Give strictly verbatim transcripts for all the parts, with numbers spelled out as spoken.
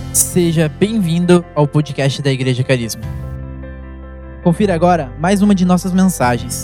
Seja bem-vindo ao podcast da Igreja Carisma. Confira agora mais uma de nossas mensagens.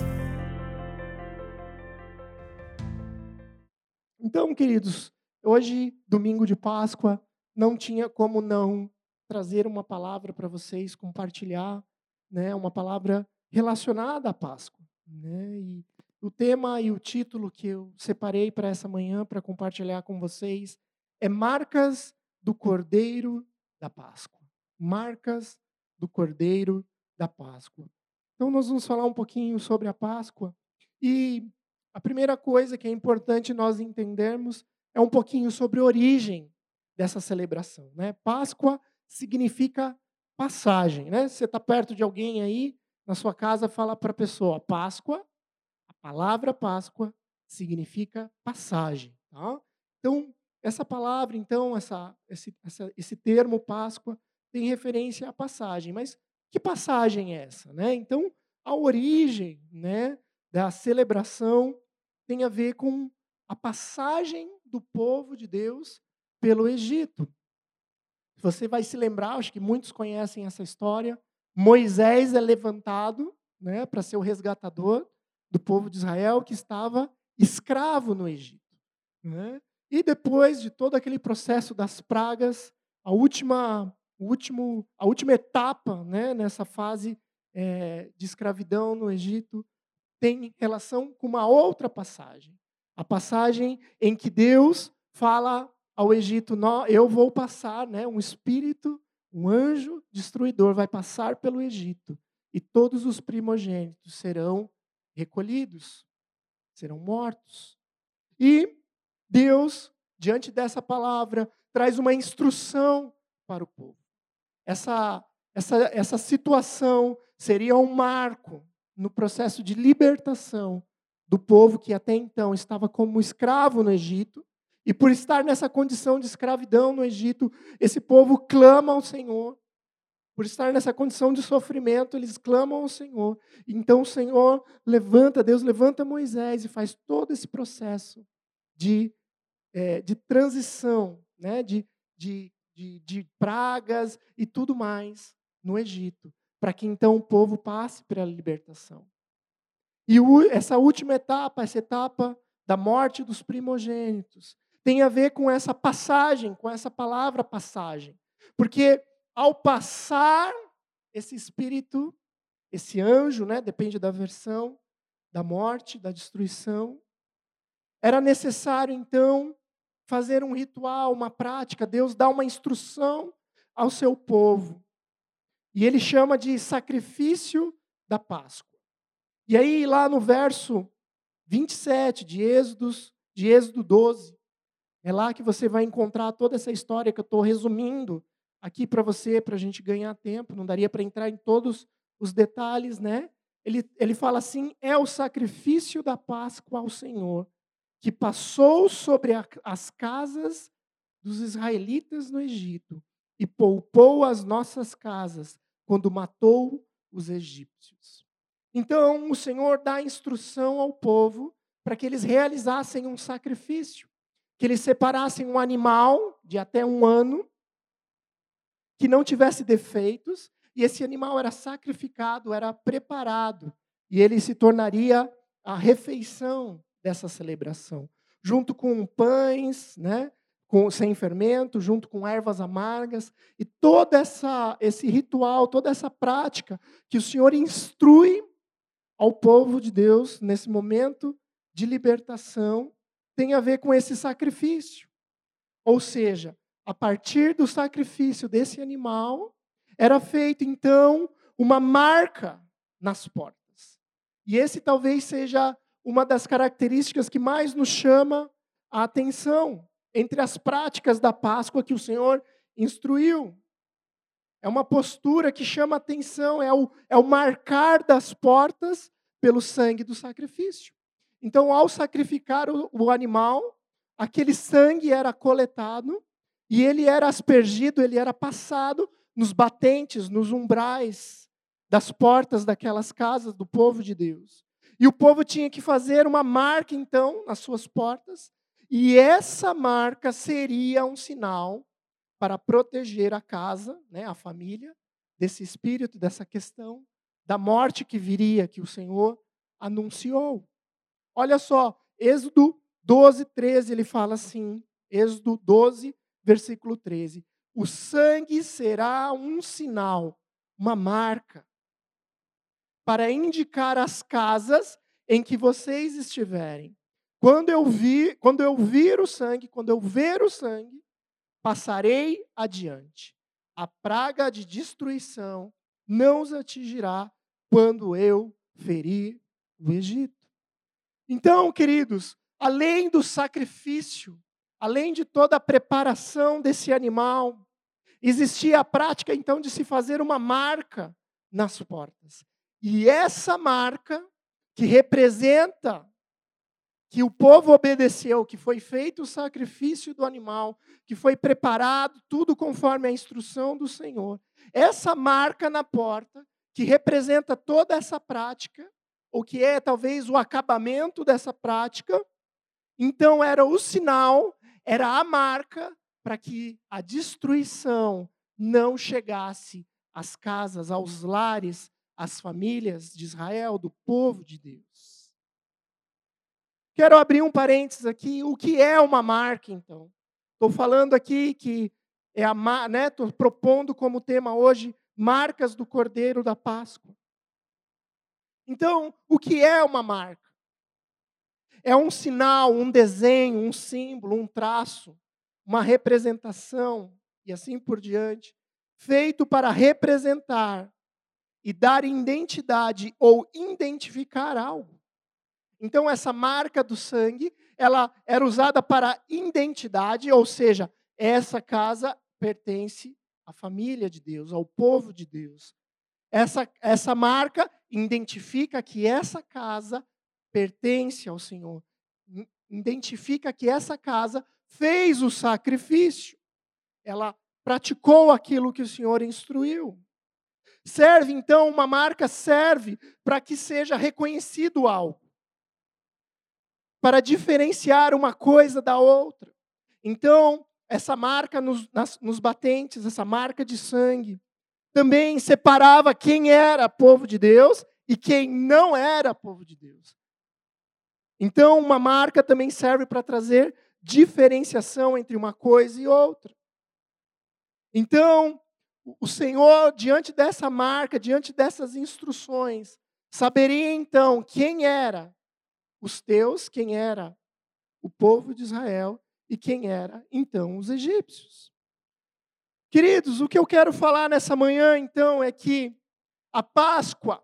Então, queridos, hoje, domingo de Páscoa, não tinha como não trazer uma palavra para vocês, compartilhar, né, uma palavra relacionada à Páscoa, né? E o tema e o título que eu separei para essa manhã para compartilhar com vocês é Marcas do Cordeiro da Páscoa. Marcas do Cordeiro da Páscoa. Então, nós vamos falar um pouquinho sobre a Páscoa e a primeira coisa que é importante nós entendermos é um pouquinho sobre a origem dessa celebração, né? Páscoa significa passagem, né? Você está perto de alguém aí, na sua casa, fala para a pessoa, Páscoa, a palavra Páscoa significa passagem, tá? Então, essa palavra, então, essa, esse, essa, esse termo Páscoa tem referência à passagem, mas que passagem é essa, né? Então, a origem, né, da celebração tem a ver com a passagem do povo de Deus pelo Egito. Você vai se lembrar, acho que muitos conhecem essa história. Moisés é levantado, né, para ser o resgatador do povo de Israel que estava escravo no Egito, né? E depois de todo aquele processo das pragas, a última, o último, a última etapa, né, nessa fase é, de escravidão no Egito tem relação com uma outra passagem. A passagem em que Deus fala ao Egito, eu vou passar, né, um espírito, um anjo destruidor vai passar pelo Egito e todos os primogênitos serão recolhidos, serão mortos. E Deus, diante dessa palavra, traz uma instrução para o povo. Essa, essa, essa situação seria um marco no processo de libertação do povo que até então estava como escravo no Egito. E por estar nessa condição de escravidão no Egito, esse povo clama ao Senhor. Por estar nessa condição de sofrimento, eles clamam ao Senhor. Então o Senhor levanta, Deus levanta Moisés e faz todo esse processo de, é, de transição, né? de, de, de, de pragas e tudo mais no Egito, para que então o povo passe pela libertação. E o, essa última etapa, essa etapa da morte dos primogênitos, tem a ver com essa passagem, com essa palavra passagem. Porque ao passar esse espírito, esse anjo, né, depende da versão, da morte, da destruição, era necessário então fazer um ritual, uma prática. Deus dá uma instrução ao seu povo. E ele chama de sacrifício da Páscoa. E aí lá no verso vinte e sete de Êxodo, de Êxodo doze, é lá que você vai encontrar toda essa história que eu estou resumindo aqui para você, para a gente ganhar tempo. Não daria para entrar em todos os detalhes, né? Ele, ele fala assim, é o sacrifício da Páscoa ao Senhor, que passou sobre a, as casas dos israelitas no Egito e poupou as nossas casas quando matou os egípcios. Então, o Senhor dá instrução ao povo para que eles realizassem um sacrifício, que eles separassem um animal de até um ano, que não tivesse defeitos, e esse animal era sacrificado, era preparado, e ele se tornaria a refeição dessa celebração, junto com pães, né, com, sem fermento, junto com ervas amargas, e todo essa, esse ritual, toda essa prática que o Senhor instrui ao povo de Deus, nesse momento de libertação, tem a ver com esse sacrifício. Ou seja, a partir do sacrifício desse animal, era feito, então, uma marca nas portas. E esse talvez seja uma das características que mais nos chama a atenção entre as práticas da Páscoa que o Senhor instruiu. É uma postura que chama a atenção, é o, é o marcar das portas pelo sangue do sacrifício. Então, ao sacrificar o, o animal, aquele sangue era coletado e ele era aspergido, ele era passado nos batentes, nos umbrais das portas daquelas casas do povo de Deus. E o povo tinha que fazer uma marca, então, nas suas portas, e essa marca seria um sinal para proteger a casa, né, a família, desse espírito, dessa questão, da morte que viria, que o Senhor anunciou. Olha só, Êxodo doze, treze, ele fala assim, Êxodo doze, versículo treze. O sangue será um sinal, uma marca, para indicar as casas em que vocês estiverem. Quando eu vir, quando eu vir o sangue, quando eu ver o sangue, passarei adiante. A praga de destruição não os atingirá quando eu ferir o Egito. Então, queridos, além do sacrifício, além de toda a preparação desse animal, existia a prática, então, de se fazer uma marca nas portas. E essa marca, que representa que o povo obedeceu, que foi feito o sacrifício do animal, que foi preparado, tudo conforme a instrução do Senhor. Essa marca na porta, que representa toda essa prática, ou que é talvez o acabamento dessa prática, então era o sinal, era a marca para que a destruição não chegasse às casas, aos lares, às famílias de Israel, do povo de Deus. Quero abrir um parênteses aqui. O que é uma marca, então? Estou falando aqui que é a, né, estou propondo como tema hoje marcas do Cordeiro da Páscoa. Então, o que é uma marca? É um sinal, um desenho, um símbolo, um traço, uma representação e assim por diante, feito para representar e dar identidade ou identificar algo. Então, essa marca do sangue, ela era usada para identidade, ou seja, essa casa pertence à família de Deus, ao povo de Deus. Essa, essa marca identifica que essa casa pertence ao Senhor. Identifica que essa casa fez o sacrifício. Ela praticou aquilo que o Senhor instruiu. Serve, então, uma marca serve para que seja reconhecido algo, para diferenciar uma coisa da outra. Então, essa marca nos, nas, nos batentes, essa marca de sangue, também separava quem era povo de Deus e quem não era povo de Deus. Então, uma marca também serve para trazer diferenciação entre uma coisa e outra. Então, o Senhor, diante dessa marca, diante dessas instruções, saberia então quem era os teus, quem era o povo de Israel e quem era, então, os egípcios. Queridos, o que eu quero falar nessa manhã, então, é que a Páscoa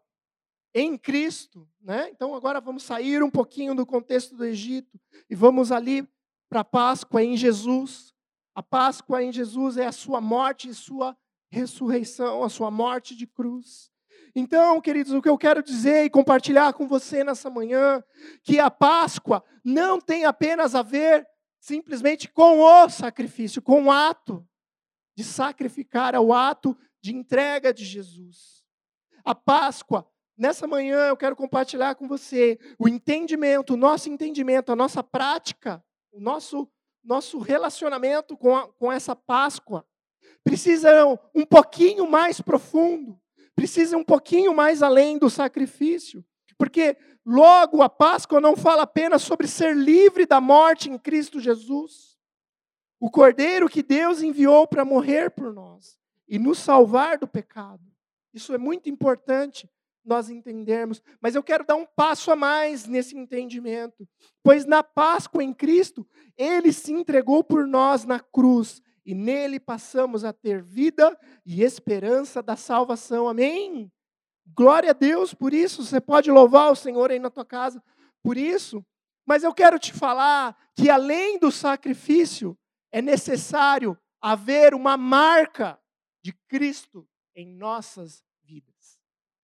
em Cristo, né? Então agora vamos sair um pouquinho do contexto do Egito e vamos ali para a Páscoa em Jesus. A Páscoa em Jesus é a sua morte e sua ressurreição, a sua morte de cruz. Então, queridos, o que eu quero dizer e compartilhar com você nessa manhã, que a Páscoa não tem apenas a ver simplesmente com o sacrifício, com o ato de sacrificar, é o ato de entrega de Jesus. A Páscoa, nessa manhã eu quero compartilhar com você o entendimento, o nosso entendimento, a nossa prática, o nosso, nosso relacionamento com, a, com essa Páscoa precisa um pouquinho mais profundo, precisa um pouquinho mais além do sacrifício, porque logo a Páscoa não fala apenas sobre ser livre da morte em Cristo Jesus, o Cordeiro que Deus enviou para morrer por nós e nos salvar do pecado. Isso é muito importante nós entendermos, mas eu quero dar um passo a mais nesse entendimento, pois na Páscoa em Cristo, Ele se entregou por nós na cruz, e nele passamos a ter vida e esperança da salvação. Amém? Glória a Deus por isso. Você pode louvar o Senhor aí na tua casa por isso. Mas eu quero te falar que além do sacrifício, é necessário haver uma marca de Cristo em nossas vidas.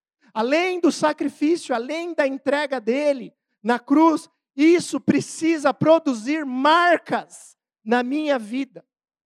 Além do sacrifício, além da entrega dele na cruz, isso precisa produzir marcas na minha vida.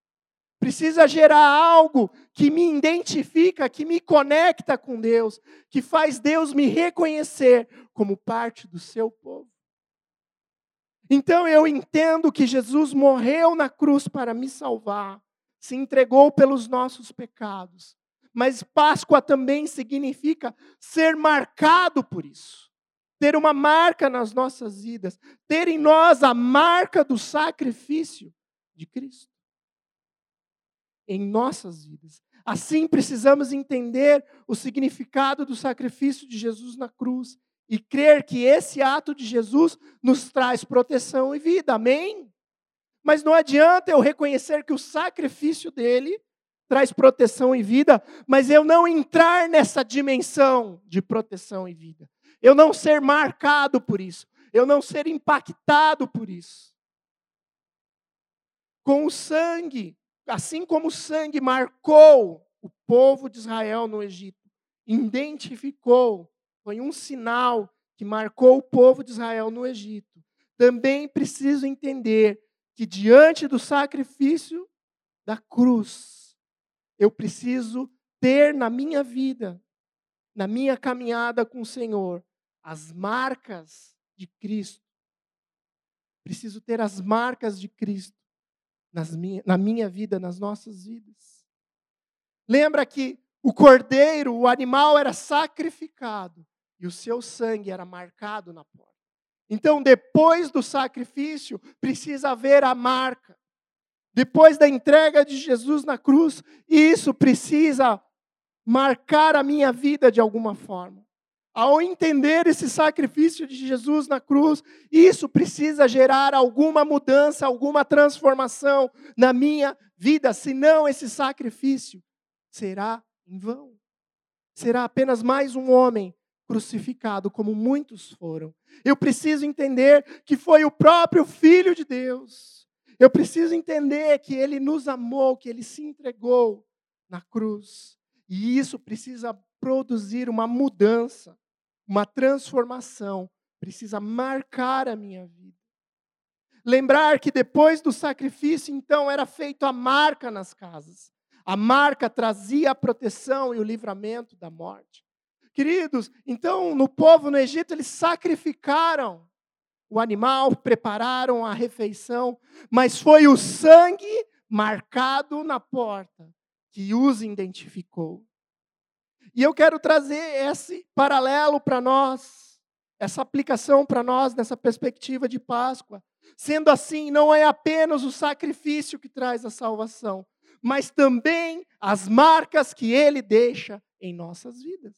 Precisa gerar algo que me identifica, que me conecta com Deus, que faz Deus me reconhecer como parte do seu povo. Então eu entendo que Jesus morreu na cruz para me salvar, se entregou pelos nossos pecados. Mas Páscoa também significa ser marcado por isso. Ter uma marca nas nossas vidas. Ter em nós a marca do sacrifício de Cristo. Em nossas vidas. Assim precisamos entender o significado do sacrifício de Jesus na cruz. E crer que esse ato de Jesus nos traz proteção e vida. Amém? Mas não adianta eu reconhecer que o sacrifício dele traz proteção e vida, mas eu não entrar nessa dimensão de proteção e vida. Eu não ser marcado por isso. Eu não ser impactado por isso. Com o sangue, assim como o sangue marcou o povo de Israel no Egito, identificou, foi um sinal que marcou o povo de Israel no Egito. Também preciso entender que diante do sacrifício da cruz, eu preciso ter na minha vida, na minha caminhada com o Senhor, as marcas de Cristo. Preciso ter as marcas de Cristo nas minha, na minha vida, nas nossas vidas. Lembra que o cordeiro, o animal era sacrificado e o seu sangue era marcado na porta. Então, depois do sacrifício, precisa haver a marca. Depois da entrega de Jesus na cruz, isso precisa marcar a minha vida de alguma forma. Ao entender esse sacrifício de Jesus na cruz, isso precisa gerar alguma mudança, alguma transformação na minha vida. Senão esse sacrifício será em vão. Será apenas mais um homem crucificado, como muitos foram. Eu preciso entender que foi o próprio Filho de Deus. Eu preciso entender que Ele nos amou, que Ele se entregou na cruz. E isso precisa produzir uma mudança, uma transformação. Precisa marcar a minha vida. Lembrar que depois do sacrifício, então, era feita a marca nas casas. A marca trazia a proteção e o livramento da morte. Queridos, então, no povo no Egito, eles sacrificaram o animal, prepararam a refeição, mas foi o sangue marcado na porta que os identificou. E eu quero trazer esse paralelo para nós, essa aplicação para nós nessa perspectiva de Páscoa. Sendo assim, não é apenas o sacrifício que traz a salvação, mas também as marcas que Ele deixa em nossas vidas.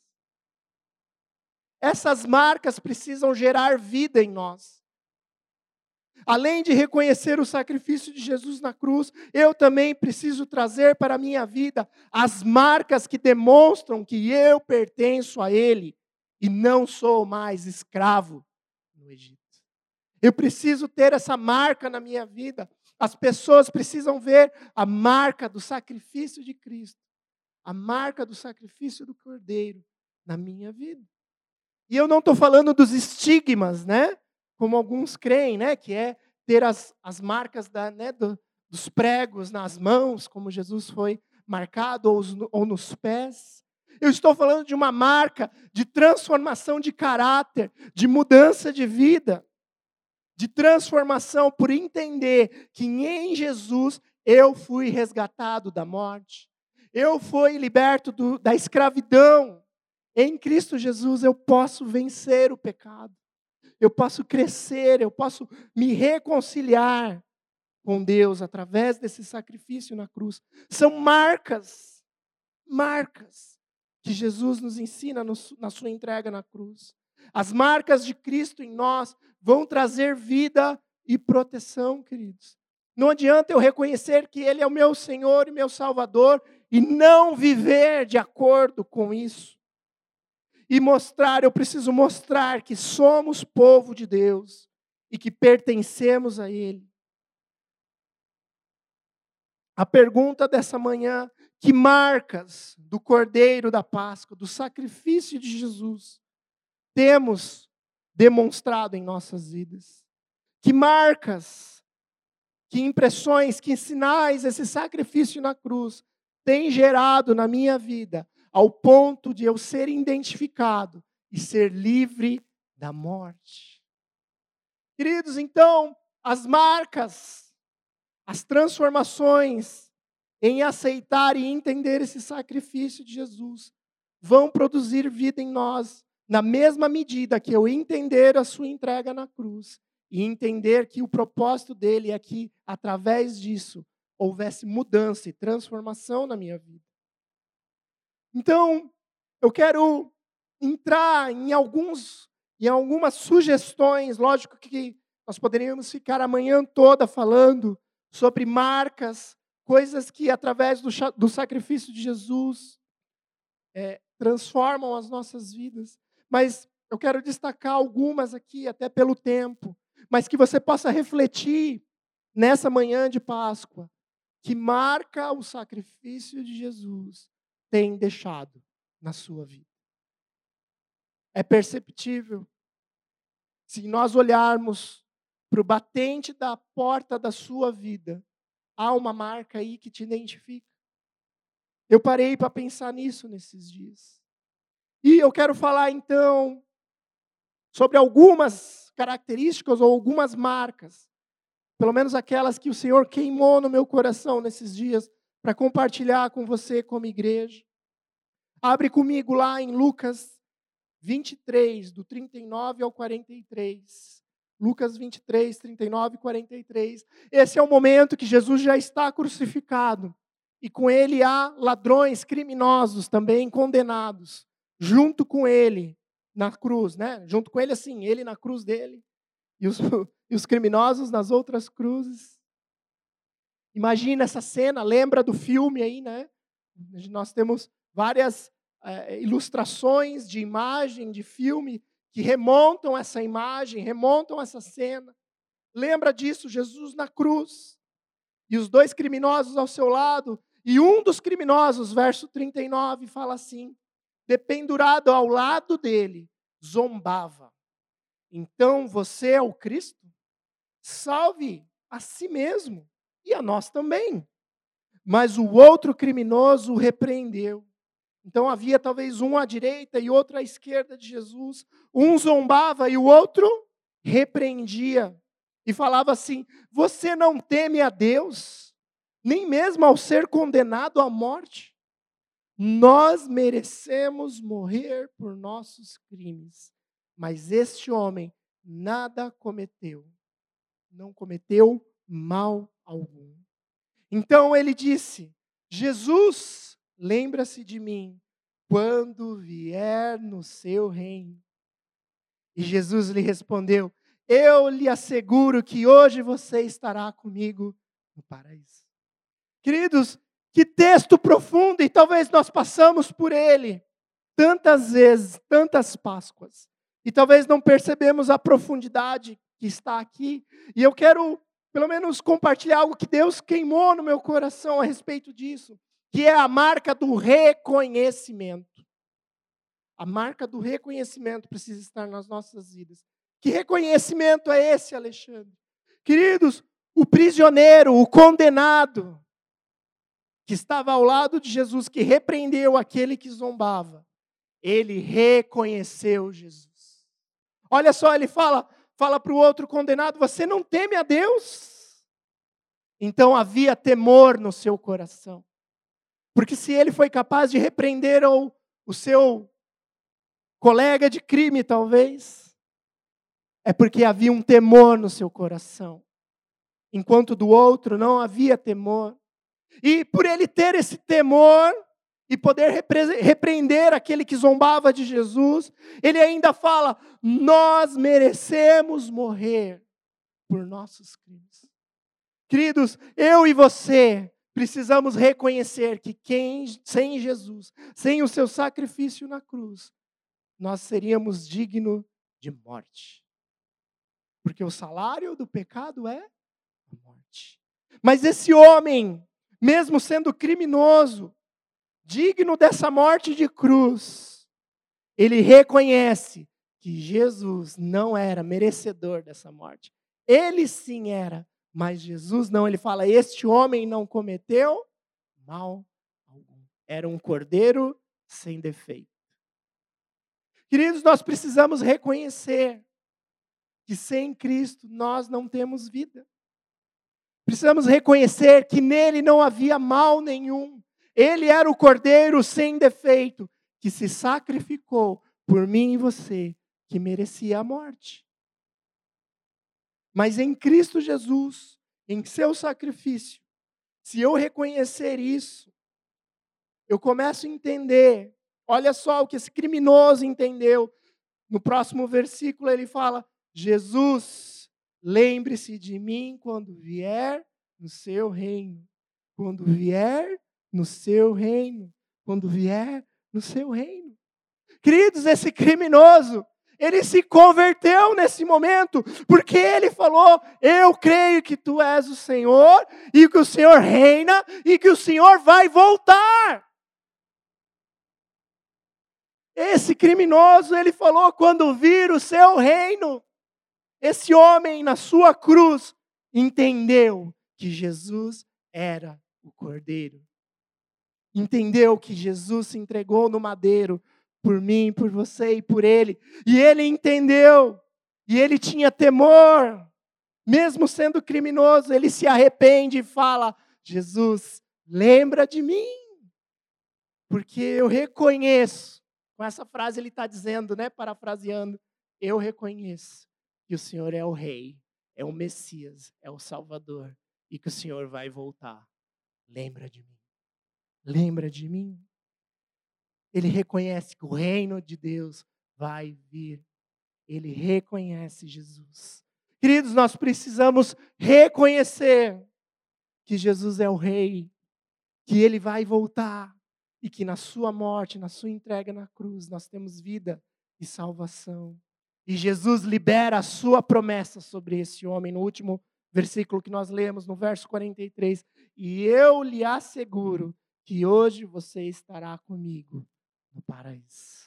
Essas marcas precisam gerar vida em nós. Além de reconhecer o sacrifício de Jesus na cruz, eu também preciso trazer para a minha vida as marcas que demonstram que eu pertenço a Ele e não sou mais escravo no Egito. Eu preciso ter essa marca na minha vida. As pessoas precisam ver a marca do sacrifício de Cristo, a marca do sacrifício do Cordeiro na minha vida. E eu não estou falando dos estigmas, né? Como alguns creem, né? Que é ter as, as marcas da, né, do, dos pregos nas mãos, como Jesus foi marcado, ou, os, ou nos pés. Eu estou falando de uma marca de transformação de caráter, de mudança de vida, de transformação por entender que em Jesus eu fui resgatado da morte, eu fui liberto do, da escravidão. Em Cristo Jesus eu posso vencer o pecado. Eu posso crescer, eu posso me reconciliar com Deus através desse sacrifício na cruz. São marcas, marcas que Jesus nos ensina no, na sua entrega na cruz. As marcas de Cristo em nós vão trazer vida e proteção, queridos. Não adianta eu reconhecer que Ele é o meu Senhor e meu Salvador e não viver de acordo com isso. E mostrar, eu preciso mostrar que somos povo de Deus e que pertencemos a Ele. A pergunta dessa manhã, que marcas do Cordeiro da Páscoa, do sacrifício de Jesus, temos demonstrado em nossas vidas? Que marcas, que impressões, que sinais esse sacrifício na cruz tem gerado na minha vida, ao ponto de eu ser identificado e ser livre da morte. Queridos, então, as marcas, as transformações em aceitar e entender esse sacrifício de Jesus, vão produzir vida em nós, na mesma medida que eu entender a sua entrega na cruz e entender que o propósito dele é que, através disso, houvesse mudança e transformação na minha vida. Então, eu quero entrar em alguns, em algumas sugestões. Lógico que nós poderíamos ficar a manhã toda falando sobre marcas, coisas que, através do, do sacrifício de Jesus, é, transformam as nossas vidas. Mas eu quero destacar algumas aqui, até pelo tempo, mas que você possa refletir nessa manhã de Páscoa, que marca o sacrifício de Jesus tem deixado na sua vida. É perceptível. Se nós olharmos para o batente da porta da sua vida, há uma marca aí que te identifica. Eu parei para pensar nisso nesses dias. E eu quero falar então sobre algumas características ou algumas marcas, pelo menos aquelas que o Senhor queimou no meu coração nesses dias, para compartilhar com você como igreja. Abre comigo lá em Lucas vinte e três, do trinta e nove ao quarenta e três. Lucas vinte e três, trinta e nove e quarenta e três. Esse é o momento que Jesus já está crucificado. E com ele há ladrões, criminosos também condenados, junto com ele na cruz, né? Junto com ele assim, ele na cruz dele, e os, e os criminosos nas outras cruzes. Imagina essa cena, lembra do filme aí, né? Nós temos várias é, ilustrações de imagem, de filme, que remontam essa imagem, remontam essa cena. Lembra disso, Jesus na cruz, e os dois criminosos ao seu lado, e um dos criminosos, verso trinta e nove, fala assim: dependurado ao lado dele, zombava. Então você é o Cristo? Salve a si mesmo e a nós também. Mas o outro criminoso o repreendeu. Então havia talvez um à direita e outro à esquerda de Jesus. Um zombava e o outro repreendia. E falava assim: você não teme a Deus, nem mesmo ao ser condenado à morte? Nós merecemos morrer por nossos crimes, mas este homem nada cometeu, não cometeu mal algum. Então ele disse: Jesus, lembra-se de mim quando vier no seu reino. E Jesus lhe respondeu: eu lhe asseguro que hoje você estará comigo no paraíso. Queridos, que texto profundo, e talvez nós passamos por ele tantas vezes, tantas Páscoas, e talvez não percebemos a profundidade que está aqui. E eu quero, pelo menos, compartilhar algo que Deus queimou no meu coração a respeito disso, que é a marca do reconhecimento. A marca do reconhecimento precisa estar nas nossas vidas. Que reconhecimento é esse, Alexandre? Queridos, o prisioneiro, o condenado, que estava ao lado de Jesus, que repreendeu aquele que zombava, ele reconheceu Jesus. Olha só, ele fala, fala para o outro condenado: você não teme a Deus? Então havia temor no seu coração. Porque se ele foi capaz de repreender o, o seu colega de crime, talvez, é porque havia um temor no seu coração. Enquanto do outro não havia temor. E por ele ter esse temor e poder repre- repreender aquele que zombava de Jesus, ele ainda fala: nós merecemos morrer por nossos crimes. Queridos, eu e você precisamos reconhecer que quem, sem Jesus, sem o seu sacrifício na cruz, nós seríamos dignos de morte. Porque o salário do pecado é a morte. Mas esse homem, mesmo sendo criminoso, digno dessa morte de cruz, ele reconhece que Jesus não era merecedor dessa morte. Ele sim era, mas Jesus não. Ele fala: este homem não cometeu mal algum. Era um cordeiro sem defeito. Queridos, nós precisamos reconhecer que sem Cristo nós não temos vida. Precisamos reconhecer que nele não havia mal nenhum. Ele era o cordeiro sem defeito, que se sacrificou por mim e você, que merecia a morte. Mas em Cristo Jesus, em seu sacrifício, se eu reconhecer isso, eu começo a entender. Olha só o que esse criminoso entendeu. No próximo versículo ele fala: Jesus, lembre-se de mim quando vier no seu reino. Quando vier no seu reino. Quando vier no seu reino. Queridos, esse criminoso, ele se converteu nesse momento, porque ele falou: eu creio que tu és o Senhor, e que o Senhor reina, e que o Senhor vai voltar. Esse criminoso, ele falou: quando vir o seu reino, esse homem na sua cruz entendeu que Jesus era o Cordeiro. Entendeu que Jesus se entregou no madeiro por mim, por você e por ele. E ele entendeu. E ele tinha temor. Mesmo sendo criminoso, ele se arrepende e fala: Jesus, lembra de mim. Porque eu reconheço. Com essa frase ele está dizendo, né, parafraseando: eu reconheço que o Senhor é o Rei, é o Messias, é o Salvador. E que o Senhor vai voltar. Lembra de mim. Lembra de mim. Ele reconhece que o reino de Deus vai vir. Ele reconhece Jesus. Queridos, nós precisamos reconhecer que Jesus é o Rei, que Ele vai voltar e que na sua morte, na sua entrega na cruz, nós temos vida e salvação. E Jesus libera a sua promessa sobre esse homem no último versículo que nós lemos, no verso quarenta e três. E eu lhe asseguro que hoje você estará comigo no paraíso.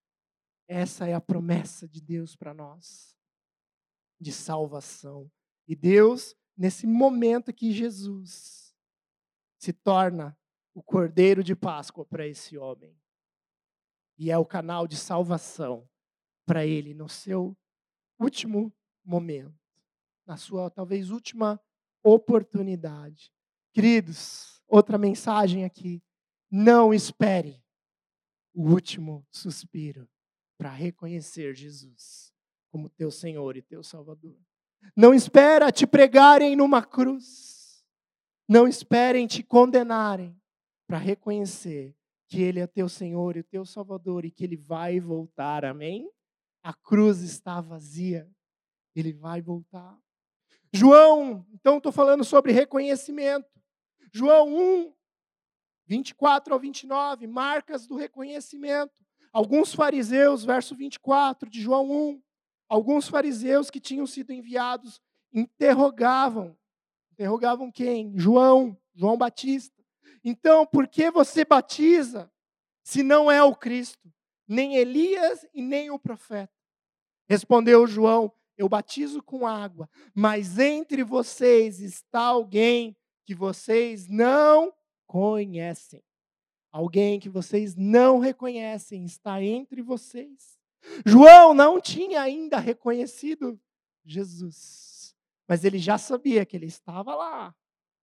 Essa é a promessa de Deus para nós, de salvação. E Deus, nesse momento que Jesus se torna o Cordeiro de Páscoa para esse homem, e é o canal de salvação para ele no seu último momento, na sua talvez última oportunidade. Queridos, outra mensagem aqui: não espere o último suspiro para reconhecer Jesus como teu Senhor e teu Salvador. Não espera te pregarem numa cruz. Não esperem te condenarem para reconhecer que Ele é teu Senhor e teu Salvador e que Ele vai voltar. Amém? A cruz está vazia. Ele vai voltar. João, então estou falando sobre reconhecimento. João um, vinte e quatro ao vinte e nove, marcas do reconhecimento. Alguns fariseus, verso vinte e quatro de João um, alguns fariseus que tinham sido enviados interrogavam. Interrogavam quem? João, João Batista. Então, por que você batiza se não é o Cristo, nem Elias e nem o profeta? Respondeu João: eu batizo com água, mas entre vocês está alguém que vocês não conhecem. Alguém que vocês não reconhecem está entre vocês. João não tinha ainda reconhecido Jesus, mas ele já sabia que ele estava lá.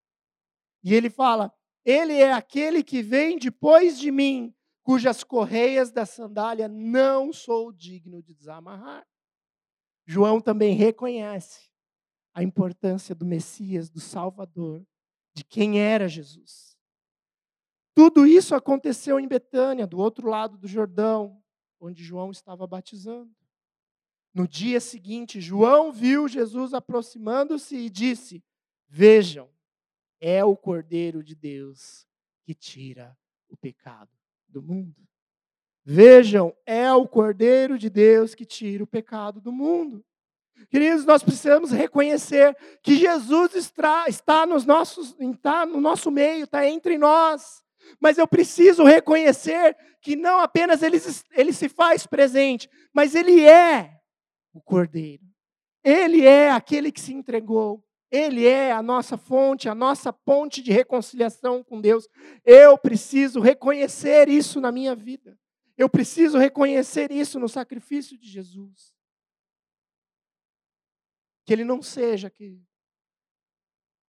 E ele fala: ele é aquele que vem depois de mim, cujas correias da sandália não sou digno de desamarrar. João também reconhece a importância do Messias, do Salvador, de quem era Jesus. Tudo isso aconteceu em Betânia, do outro lado do Jordão, onde João estava batizando. No dia seguinte, João viu Jesus aproximando-se e disse: vejam, é o Cordeiro de Deus que tira o pecado do mundo. Vejam, é o Cordeiro de Deus que tira o pecado do mundo. Queridos, nós precisamos reconhecer que Jesus está, está, nos nossos, está no nosso meio, está entre nós. Mas eu preciso reconhecer que não apenas ele, ele se faz presente, mas Ele é o Cordeiro. Ele é aquele que se entregou. Ele é a nossa fonte, a nossa ponte de reconciliação com Deus. Eu preciso reconhecer isso na minha vida. Eu preciso reconhecer isso no sacrifício de Jesus. Que Ele não seja que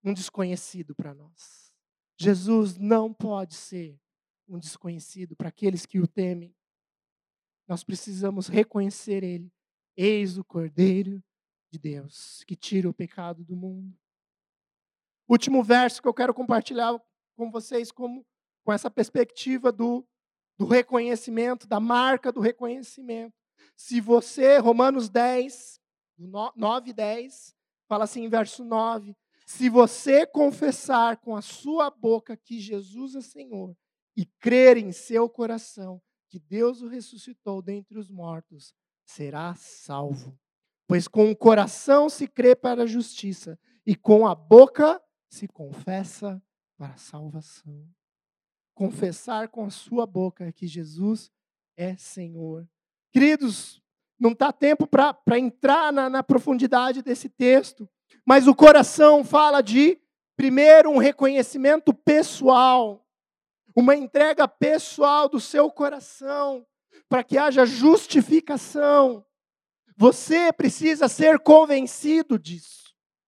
um desconhecido para nós. Jesus não pode ser um desconhecido para aqueles que o temem. Nós precisamos reconhecer Ele. Eis o Cordeiro de Deus, que tira o pecado do mundo. Último verso que eu quero compartilhar com vocês, como, com essa perspectiva do, do reconhecimento, da marca do reconhecimento. Se você, Romanos dez, nove e dez, fala assim em verso nove, se você confessar com a sua boca que Jesus é Senhor e crer em seu coração que Deus o ressuscitou dentre os mortos, será salvo. Pois com o coração se crê para a justiça e com a boca se confessa para a salvação. Confessar com a sua boca que Jesus é Senhor. Queridos, não está tempo para entrar na, na profundidade desse texto, mas o coração fala de, primeiro, um reconhecimento pessoal, uma entrega pessoal do seu coração, para que haja justificação. Você precisa ser convencido disso.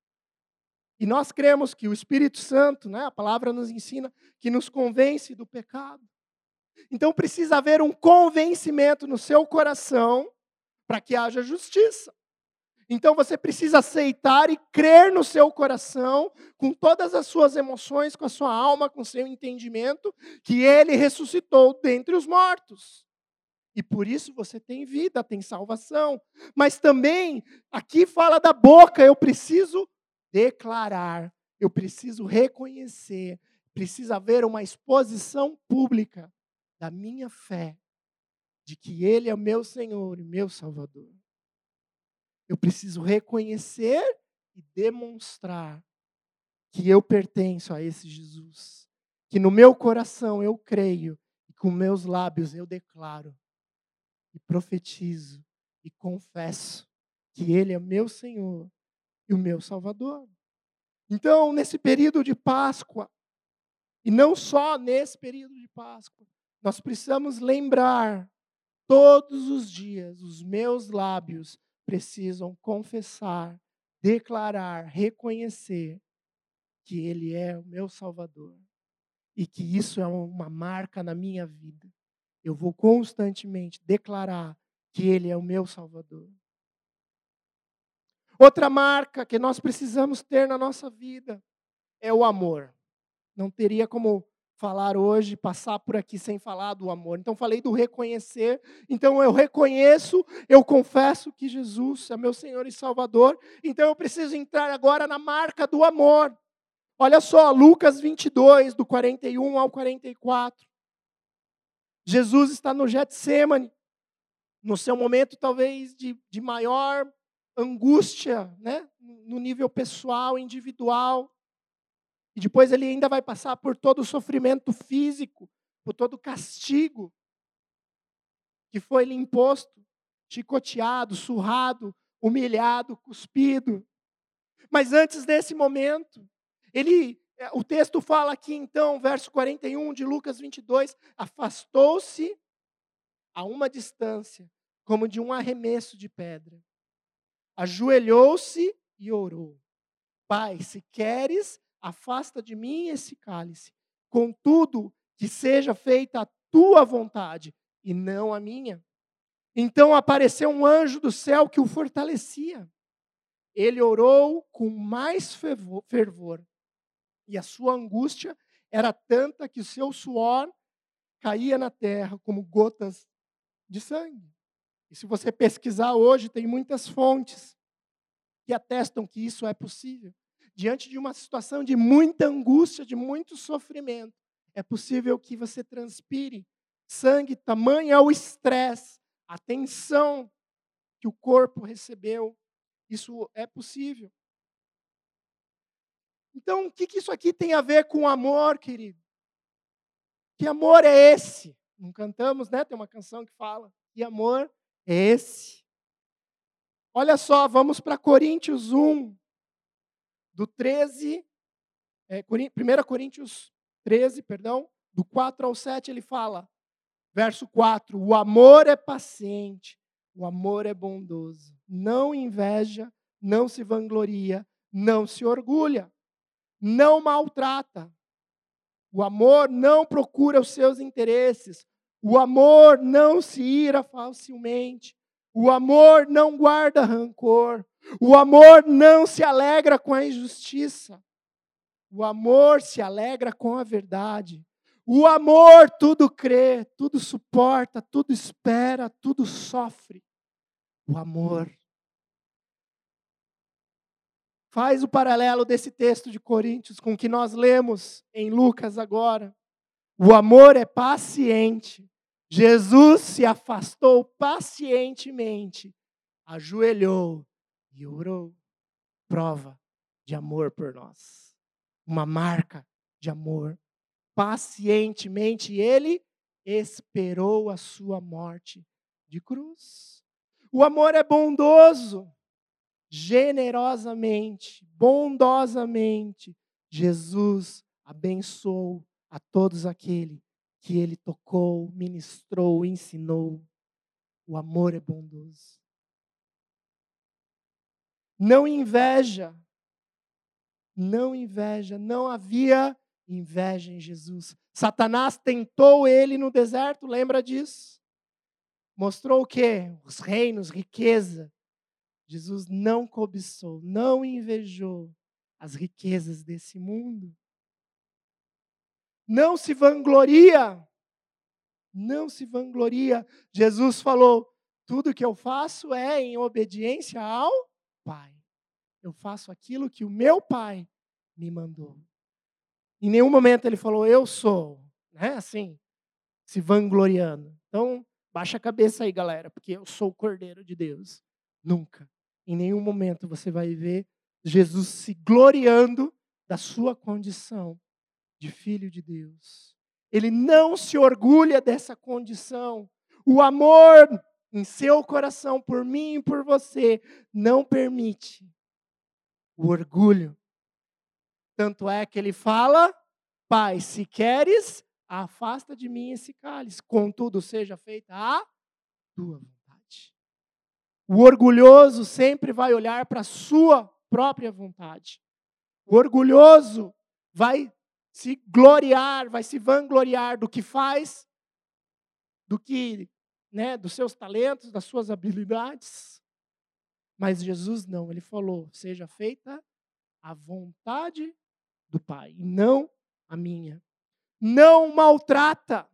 E nós cremos que o Espírito Santo, né, a palavra nos ensina, que nos convence do pecado. Então precisa haver um convencimento no seu coração para que haja justiça. Então você precisa aceitar e crer no seu coração, com todas as suas emoções, com a sua alma, com o seu entendimento, que Ele ressuscitou dentre os mortos. E por isso você tem vida, tem salvação. Mas também, aqui fala da boca, eu preciso declarar, eu preciso reconhecer, precisa haver uma exposição pública da minha fé, de que Ele é o meu Senhor e meu Salvador. Eu preciso reconhecer e demonstrar que eu pertenço a esse Jesus. Que no meu coração eu creio e com meus lábios eu declaro e profetizo e confesso que Ele é meu Senhor e o meu Salvador. Então, nesse período de Páscoa, e não só nesse período de Páscoa, nós precisamos lembrar todos os dias, os meus lábios precisam confessar, declarar, reconhecer que Ele é o meu Salvador e que isso é uma marca na minha vida. Eu vou constantemente declarar que Ele é o meu Salvador. Outra marca que nós precisamos ter na nossa vida é o amor. Não teria como falar hoje, passar por aqui sem falar do amor. Então falei do reconhecer. Então eu reconheço, eu confesso que Jesus é meu Senhor e Salvador. Então eu preciso entrar agora na marca do amor. Olha só, Lucas vinte e dois, do quarenta e um ao quarenta e quatro. Jesus está no Getsêmani, no seu momento talvez de, de maior angústia, né? No nível pessoal, individual. E depois ele ainda vai passar por todo o sofrimento físico, por todo o castigo que foi lhe imposto, chicoteado, surrado, humilhado, cuspido. Mas antes desse momento, ele, o texto fala aqui então, verso quarenta e um de Lucas vinte e dois, afastou-se a uma distância, como de um arremesso de pedra. Ajoelhou-se e orou. Pai, se queres, afasta de mim esse cálice. Contudo, que seja feita a tua vontade e não a minha. Então apareceu um anjo do céu que o fortalecia. Ele orou com mais fervor. E a sua angústia era tanta que o seu suor caía na terra como gotas de sangue. E se você pesquisar hoje, tem muitas fontes que atestam que isso é possível. Diante de uma situação de muita angústia, de muito sofrimento, é possível que você transpire sangue, tamanho é o estresse, a tensão que o corpo recebeu. Isso é possível. Então, o que isso aqui tem a ver com amor, querido? Que amor é esse? Não cantamos, né? Tem uma canção que fala. Que amor é esse? Olha só, vamos para Coríntios um, do treze, é, primeira Coríntios treze, perdão, do quatro ao sete, ele fala, verso quatro, o amor é paciente, o amor é bondoso, não inveja, não se vangloria, não se orgulha, não maltrata. O amor não procura os seus interesses. O amor não se ira facilmente. O amor não guarda rancor. O amor não se alegra com a injustiça. O amor se alegra com a verdade. O amor tudo crê, tudo suporta, tudo espera, tudo sofre. O amor. Faz o paralelo desse texto de Coríntios com o que nós lemos em Lucas agora. O amor é paciente. Jesus se afastou pacientemente, ajoelhou e orou. Prova de amor por nós. Uma marca de amor. Pacientemente ele esperou a sua morte de cruz. O amor é bondoso. Generosamente, bondosamente, Jesus abençoou a todos aqueles que ele tocou, ministrou, ensinou. O amor é bondoso. Não inveja. Não inveja. Não havia inveja em Jesus. Satanás tentou ele no deserto, lembra disso? Mostrou o quê? Os reinos, riqueza. Jesus não cobiçou, não invejou as riquezas desse mundo. Não se vangloria. Não se vangloria. Jesus falou, tudo que eu faço é em obediência ao Pai. Eu faço aquilo que o meu Pai me mandou. Em nenhum momento ele falou, eu sou, né? Assim, se vangloriando. Então, baixa a cabeça aí, galera, porque eu sou o Cordeiro de Deus. Nunca. Em nenhum momento você vai ver Jesus se gloriando da sua condição de filho de Deus. Ele não se orgulha dessa condição. O amor em seu coração por mim e por você não permite o orgulho. Tanto é que ele fala, Pai, se queres, afasta de mim esse cálice. Contudo, seja feita a tua vontade. O orgulhoso sempre vai olhar para a sua própria vontade. O orgulhoso vai se gloriar, vai se vangloriar do que faz, do que, né, dos seus talentos, das suas habilidades. Mas Jesus não, ele falou, seja feita a vontade do Pai, e não a minha. Não maltrata.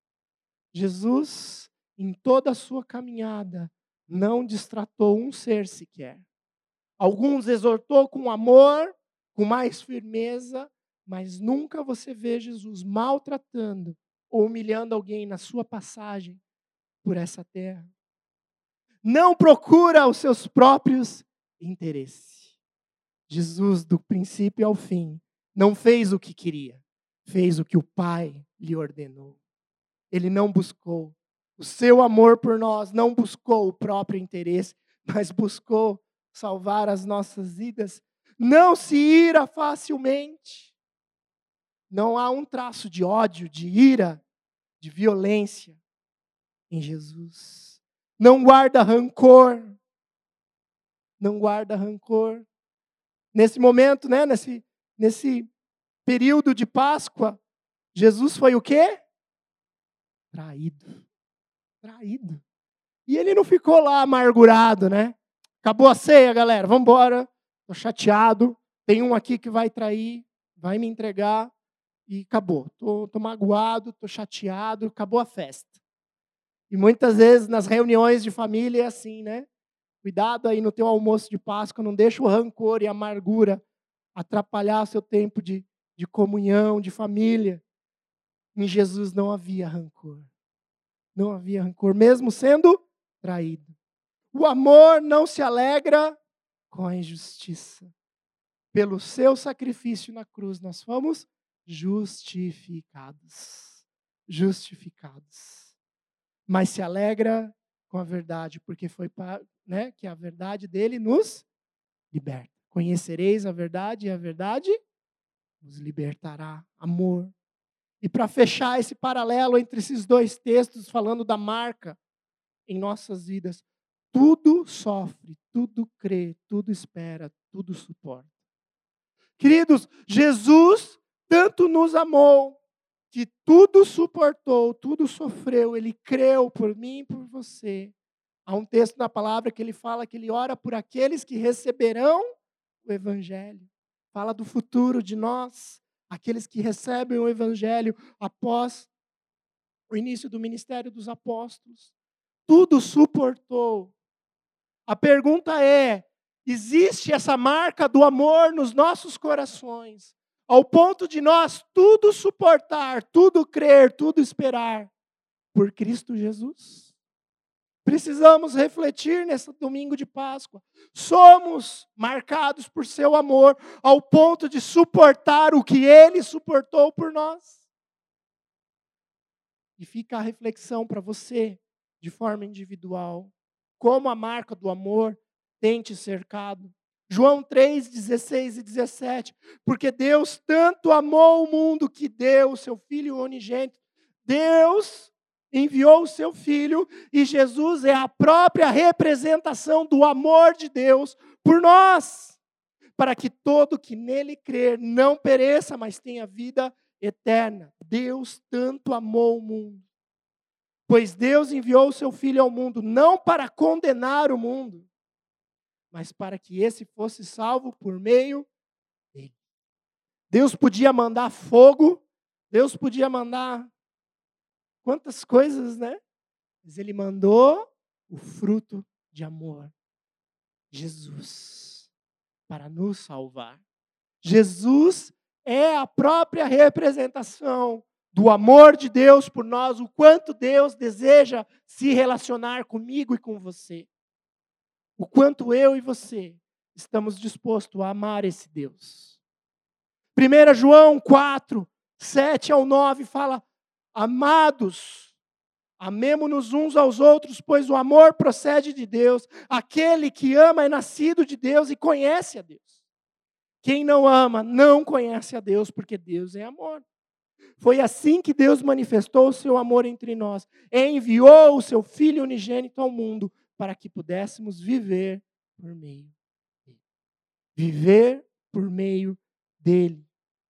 Jesus, em toda a sua caminhada, não destratou um ser sequer. Alguns exortou com amor, com mais firmeza, mas nunca você vê Jesus maltratando ou humilhando alguém na sua passagem por essa terra. Não procura os seus próprios interesses. Jesus, do princípio ao fim, não fez o que queria, fez o que o Pai lhe ordenou. Ele não buscou o seu amor por nós, não buscou o próprio interesse, mas buscou salvar as nossas vidas. Não se ira facilmente. Não há um traço de ódio, de ira, de violência em Jesus. Não guarda rancor. Não guarda rancor. Nesse momento, né, nesse, nesse período de Páscoa, Jesus foi o quê? Traído. Traído. E ele não ficou lá amargurado, né? Acabou a ceia, galera, vamos embora. Estou chateado. Tem um aqui que vai trair, vai me entregar e acabou. Estou magoado, estou chateado, acabou a festa. E muitas vezes nas reuniões de família é assim, né? Cuidado aí no teu almoço de Páscoa, não deixa o rancor e a amargura atrapalhar o seu tempo de, de comunhão, de família. Em Jesus não havia rancor. Não havia rancor, mesmo sendo traído. O amor não se alegra com a injustiça. Pelo seu sacrifício na cruz, nós fomos justificados. Justificados. Mas se alegra com a verdade, porque foi para, né, que a verdade dele nos liberta. Conhecereis a verdade e a verdade nos libertará. Amor. E para fechar esse paralelo entre esses dois textos, falando da marca em nossas vidas, tudo sofre, tudo crê, tudo espera, tudo suporta. Queridos, Jesus tanto nos amou que tudo suportou, tudo sofreu, ele creu por mim e por você. Há um texto na palavra que ele fala que ele ora por aqueles que receberão o Evangelho. Fala do futuro de nós, aqueles que recebem o Evangelho após o início do ministério dos apóstolos. Tudo suportou. A pergunta é, existe essa marca do amor nos nossos corações, ao ponto de nós tudo suportar, tudo crer, tudo esperar por Cristo Jesus? Precisamos refletir nesse domingo de Páscoa. Somos marcados por seu amor ao ponto de suportar o que Ele suportou por nós. E fica a reflexão para você, de forma individual. Como a marca do amor tem te cercado. João três, dezesseis e dezessete. Porque Deus tanto amou o mundo que deu o seu Filho unigênito. Deus enviou o seu Filho e Jesus é a própria representação do amor de Deus por nós. Para que todo que nele crer não pereça, mas tenha vida eterna. Deus tanto amou o mundo. Pois Deus enviou o seu Filho ao mundo, não para condenar o mundo, mas para que esse fosse salvo por meio dele. Deus podia mandar fogo, Deus podia mandar quantas coisas, né? Mas Ele mandou o fruto de amor, Jesus, para nos salvar. Jesus é a própria representação do amor de Deus por nós, o quanto Deus deseja se relacionar comigo e com você. O quanto eu e você estamos dispostos a amar esse Deus. primeira João quatro, sete ao nove fala: amados, amemo-nos uns aos outros, pois o amor procede de Deus. Aquele que ama é nascido de Deus e conhece a Deus. Quem não ama não conhece a Deus, porque Deus é amor. Foi assim que Deus manifestou o seu amor entre nós. Enviou o seu Filho unigênito ao mundo para que pudéssemos viver por meio dele. Viver por meio dele.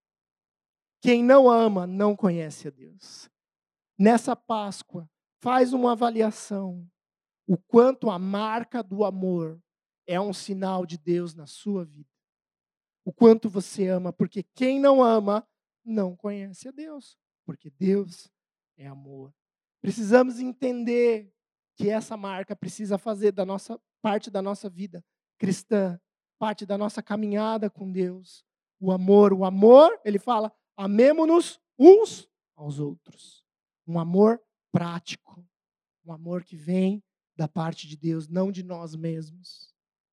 Quem não ama não conhece a Deus. Nessa Páscoa, faz uma avaliação. O quanto a marca do amor é um sinal de Deus na sua vida. O quanto você ama, porque quem não ama não conhece a Deus, porque Deus é amor. Precisamos entender que essa marca precisa fazer da nossa parte da nossa vida cristã, parte da nossa caminhada com Deus. O amor, o amor, ele fala, amemo-nos uns aos outros. Um amor prático, um amor que vem da parte de Deus, não de nós mesmos.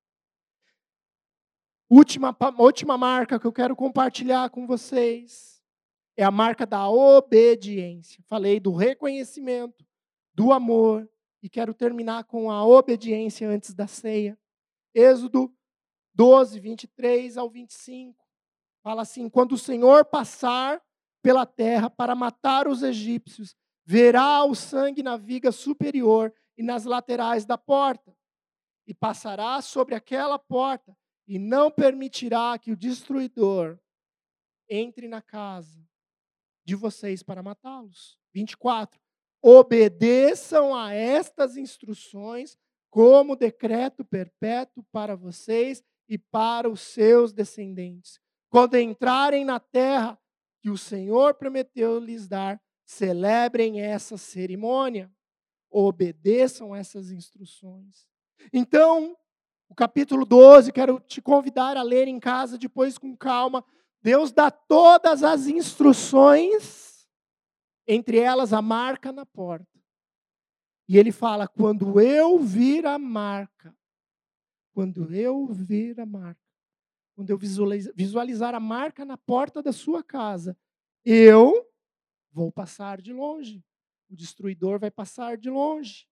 Última, última marca que eu quero compartilhar com vocês é a marca da obediência. Falei do reconhecimento, do amor, e quero terminar com a obediência antes da ceia. Êxodo doze, vinte e três ao vinte e cinco. Fala assim: quando o Senhor passar pela terra para matar os egípcios, verá o sangue na viga superior e nas laterais da porta, e passará sobre aquela porta, e não permitirá que o destruidor entre na casa de vocês para matá-los. vinte e quatro. Obedeçam a estas instruções como decreto perpétuo para vocês e para os seus descendentes. Quando entrarem na terra que o Senhor prometeu lhes dar, celebrem essa cerimônia. Obedeçam essas instruções. Então, o capítulo doze, quero te convidar a ler em casa depois com calma. Deus dá todas as instruções, entre elas a marca na porta. E ele fala, quando eu vir a marca, quando eu vir a marca, quando eu visualizar a marca na porta da sua casa, eu vou passar de longe. O destruidor vai passar de longe.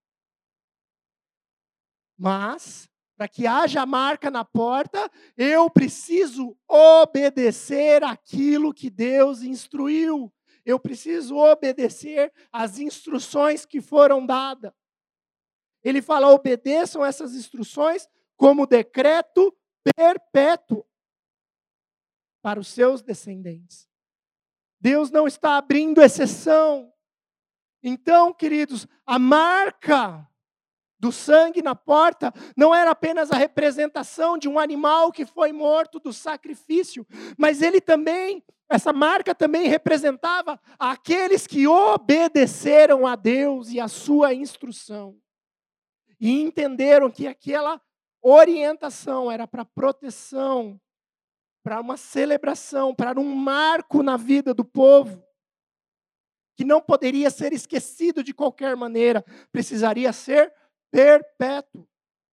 Mas, para que haja marca na porta, eu preciso obedecer aquilo que Deus instruiu. Eu preciso obedecer às instruções que foram dadas. Ele fala, obedeçam essas instruções como decreto perpétuo. para os seus descendentes. Deus não está abrindo exceção. Então, queridos, a marca do sangue na porta não era apenas a representação de um animal que foi morto do sacrifício, mas ele também, essa marca também representava aqueles que obedeceram a Deus e a sua instrução. E entenderam que aquela orientação era para proteção, para uma celebração, para um marco na vida do povo, que não poderia ser esquecido de qualquer maneira, precisaria ser perpétuo.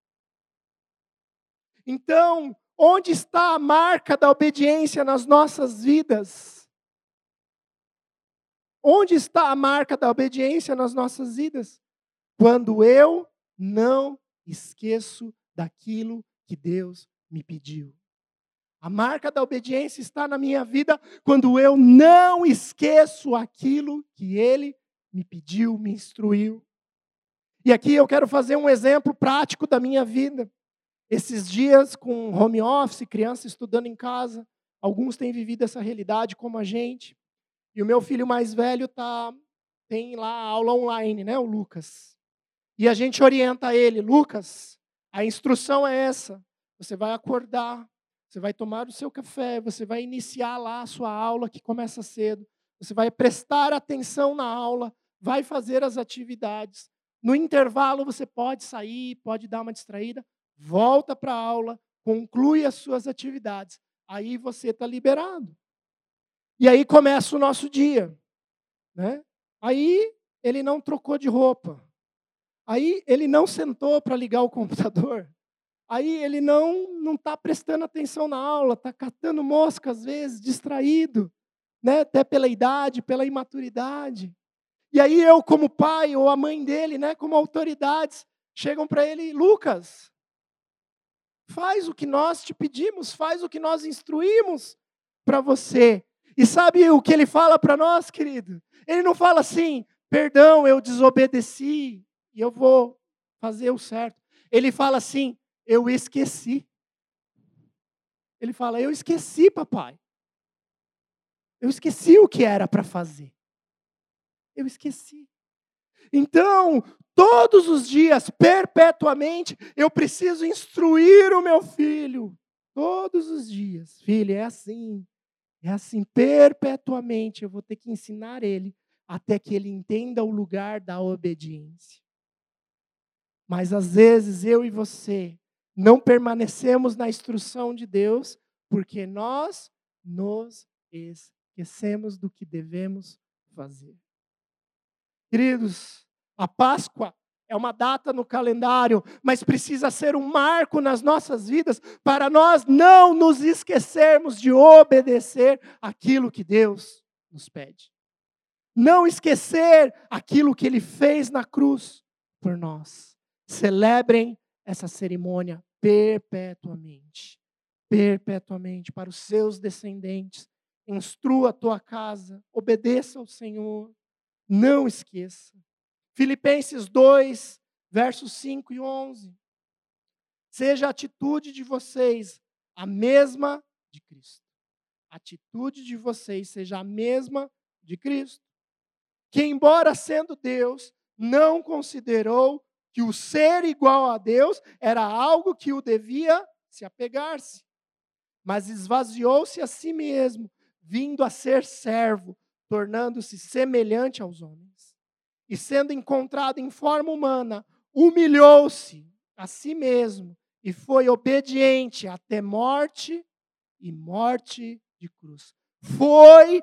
Então, onde está a marca da obediência nas nossas vidas? Onde está a marca da obediência nas nossas vidas? Quando eu não esqueço daquilo que Deus me pediu. A marca da obediência está na minha vida quando eu não esqueço aquilo que Ele me pediu, me instruiu. E aqui eu quero fazer um exemplo prático da minha vida. Esses dias com home office, criança estudando em casa, alguns têm vivido essa realidade como a gente. E o meu filho mais velho tá, tem lá a aula online, né, o Lucas. E a gente orienta ele, Lucas, a instrução é essa, você vai acordar, você vai tomar o seu café, você vai iniciar lá a sua aula que começa cedo, você vai prestar atenção na aula, vai fazer as atividades. No intervalo você pode sair, pode dar uma distraída, volta para a aula, conclui as suas atividades. Aí você está liberado. E aí começa o nosso dia. Né? Aí ele não trocou de roupa. Aí ele não sentou para ligar o computador. Aí ele não não está prestando atenção na aula, está catando mosca às vezes, distraído, né? Até pela idade, pela imaturidade. E aí eu, como pai, ou a mãe dele, né, como autoridades, chegam para ele, Lucas, faz o que nós te pedimos, faz o que nós instruímos para você. E sabe o que ele fala para nós, querido? Ele não fala assim, perdão, eu desobedeci, e eu vou fazer o certo. Ele fala assim, eu esqueci. Ele fala, eu esqueci, papai. Eu esqueci o que era para fazer. Eu esqueci. Então, todos os dias, perpetuamente, eu preciso instruir o meu filho. Todos os dias. Filho, é assim. É assim, perpetuamente. Eu vou ter que ensinar ele até que ele entenda o lugar da obediência. Mas, às vezes, eu e você não permanecemos na instrução de Deus porque nós nos esquecemos do que devemos fazer. Queridos, a Páscoa é uma data no calendário, mas precisa ser um marco nas nossas vidas para nós não nos esquecermos de obedecer aquilo que Deus nos pede. Não esquecer aquilo que Ele fez na cruz por nós. Celebrem essa cerimônia perpetuamente. Perpetuamente para os seus descendentes. Instrua a tua casa, obedeça ao Senhor. Não esqueça. Filipenses dois, versos cinco e onze. Seja a atitude de vocês a mesma de Cristo. A atitude de vocês seja a mesma de Cristo. Que embora sendo Deus, não considerou que o ser igual a Deus era algo que o devia se apegar-se. Mas esvaziou-se a si mesmo, vindo a ser servo, tornando-se semelhante aos homens. E sendo encontrado em forma humana, humilhou-se a si mesmo e foi obediente até morte e morte de cruz. Foi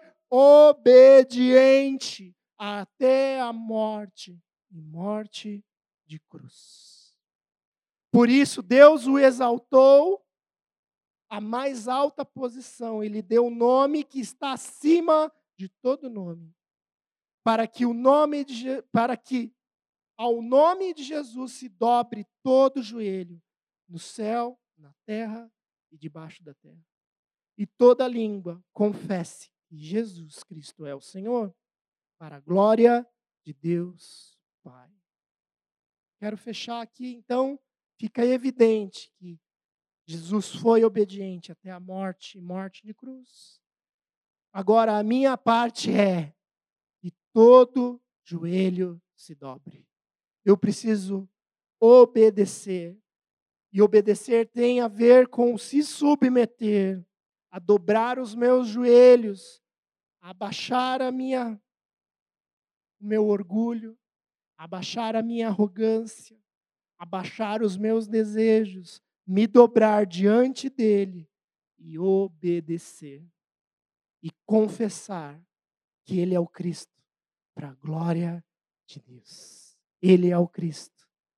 obediente até a morte e morte de cruz. Por isso, Deus o exaltou à mais alta posição. Ele deu o nome que está acima de todo nome, para que o nome de, para que ao nome de Jesus se dobre todo o joelho, no céu, na terra e debaixo da terra. E toda língua confesse que Jesus Cristo é o Senhor, para a glória de Deus Pai. Quero fechar aqui, então, fica evidente que Jesus foi obediente até a morte, morte de cruz. Agora a minha parte é que todo joelho se dobre. Eu preciso obedecer. E obedecer tem a ver com se submeter, a dobrar os meus joelhos, a abaixar a minha, o meu orgulho, a abaixar a minha arrogância, a abaixar os meus desejos, me dobrar diante dele e obedecer. E confessar que ele é o Cristo, para a glória de Deus. Ele é o Cristo.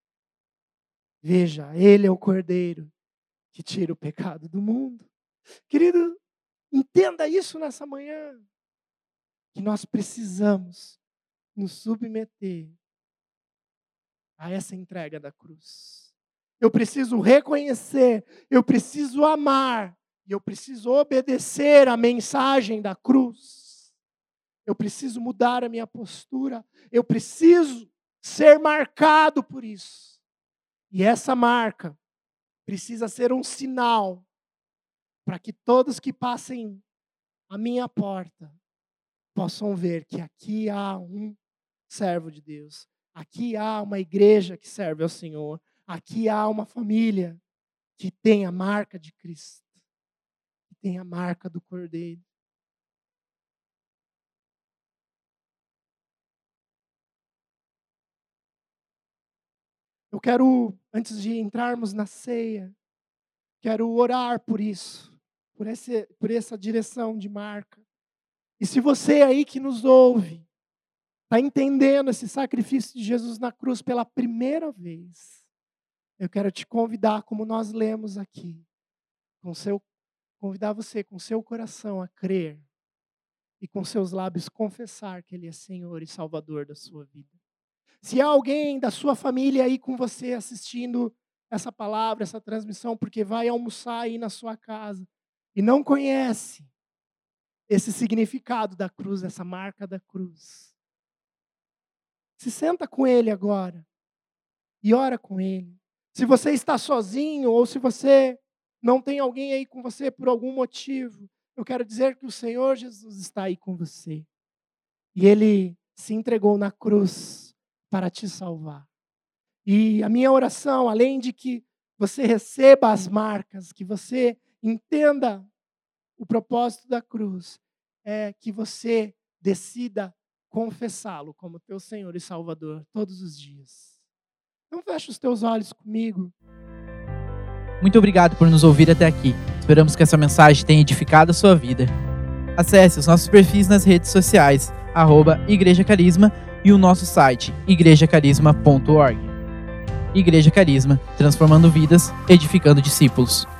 Veja, ele é o Cordeiro que tira o pecado do mundo. Querido, entenda isso nessa manhã. Que nós precisamos nos submeter a essa entrega da cruz. Eu preciso reconhecer, eu preciso amar, e eu preciso obedecer à mensagem da cruz. Eu preciso mudar a minha postura, eu preciso ser marcado por isso. E essa marca precisa ser um sinal para que todos que passem a minha porta possam ver que aqui há um servo de Deus, aqui há uma igreja que serve ao Senhor, aqui há uma família que tem a marca de Cristo, que tem a marca do Cordeiro. Eu quero, antes de entrarmos na ceia, quero orar por isso, por, esse, por essa direção de marca. E se você aí que nos ouve, está entendendo esse sacrifício de Jesus na cruz pela primeira vez, eu quero te convidar, como nós lemos aqui, com seu, convidar você com seu coração a crer e com seus lábios confessar que Ele é Senhor e Salvador da sua vida. Se há alguém da sua família aí com você assistindo essa palavra, essa transmissão, porque vai almoçar aí na sua casa e não conhece esse significado da cruz, essa marca da cruz, se senta com ele agora e ora com ele. Se você está sozinho ou se você não tem alguém aí com você por algum motivo, eu quero dizer que o Senhor Jesus está aí com você. E Ele se entregou na cruz para te salvar. E a minha oração, além de que você receba as marcas, que você entenda o propósito da cruz, é que você decida confessá-lo como teu Senhor e Salvador todos os dias. Então fecha os teus olhos comigo. Muito obrigado por nos ouvir até aqui. Esperamos que essa mensagem tenha edificado a sua vida. Acesse os nossos perfis nas redes sociais, arroba Igreja Carisma, e o nosso site, igreja carisma ponto org. Igreja Carisma, transformando vidas, edificando discípulos.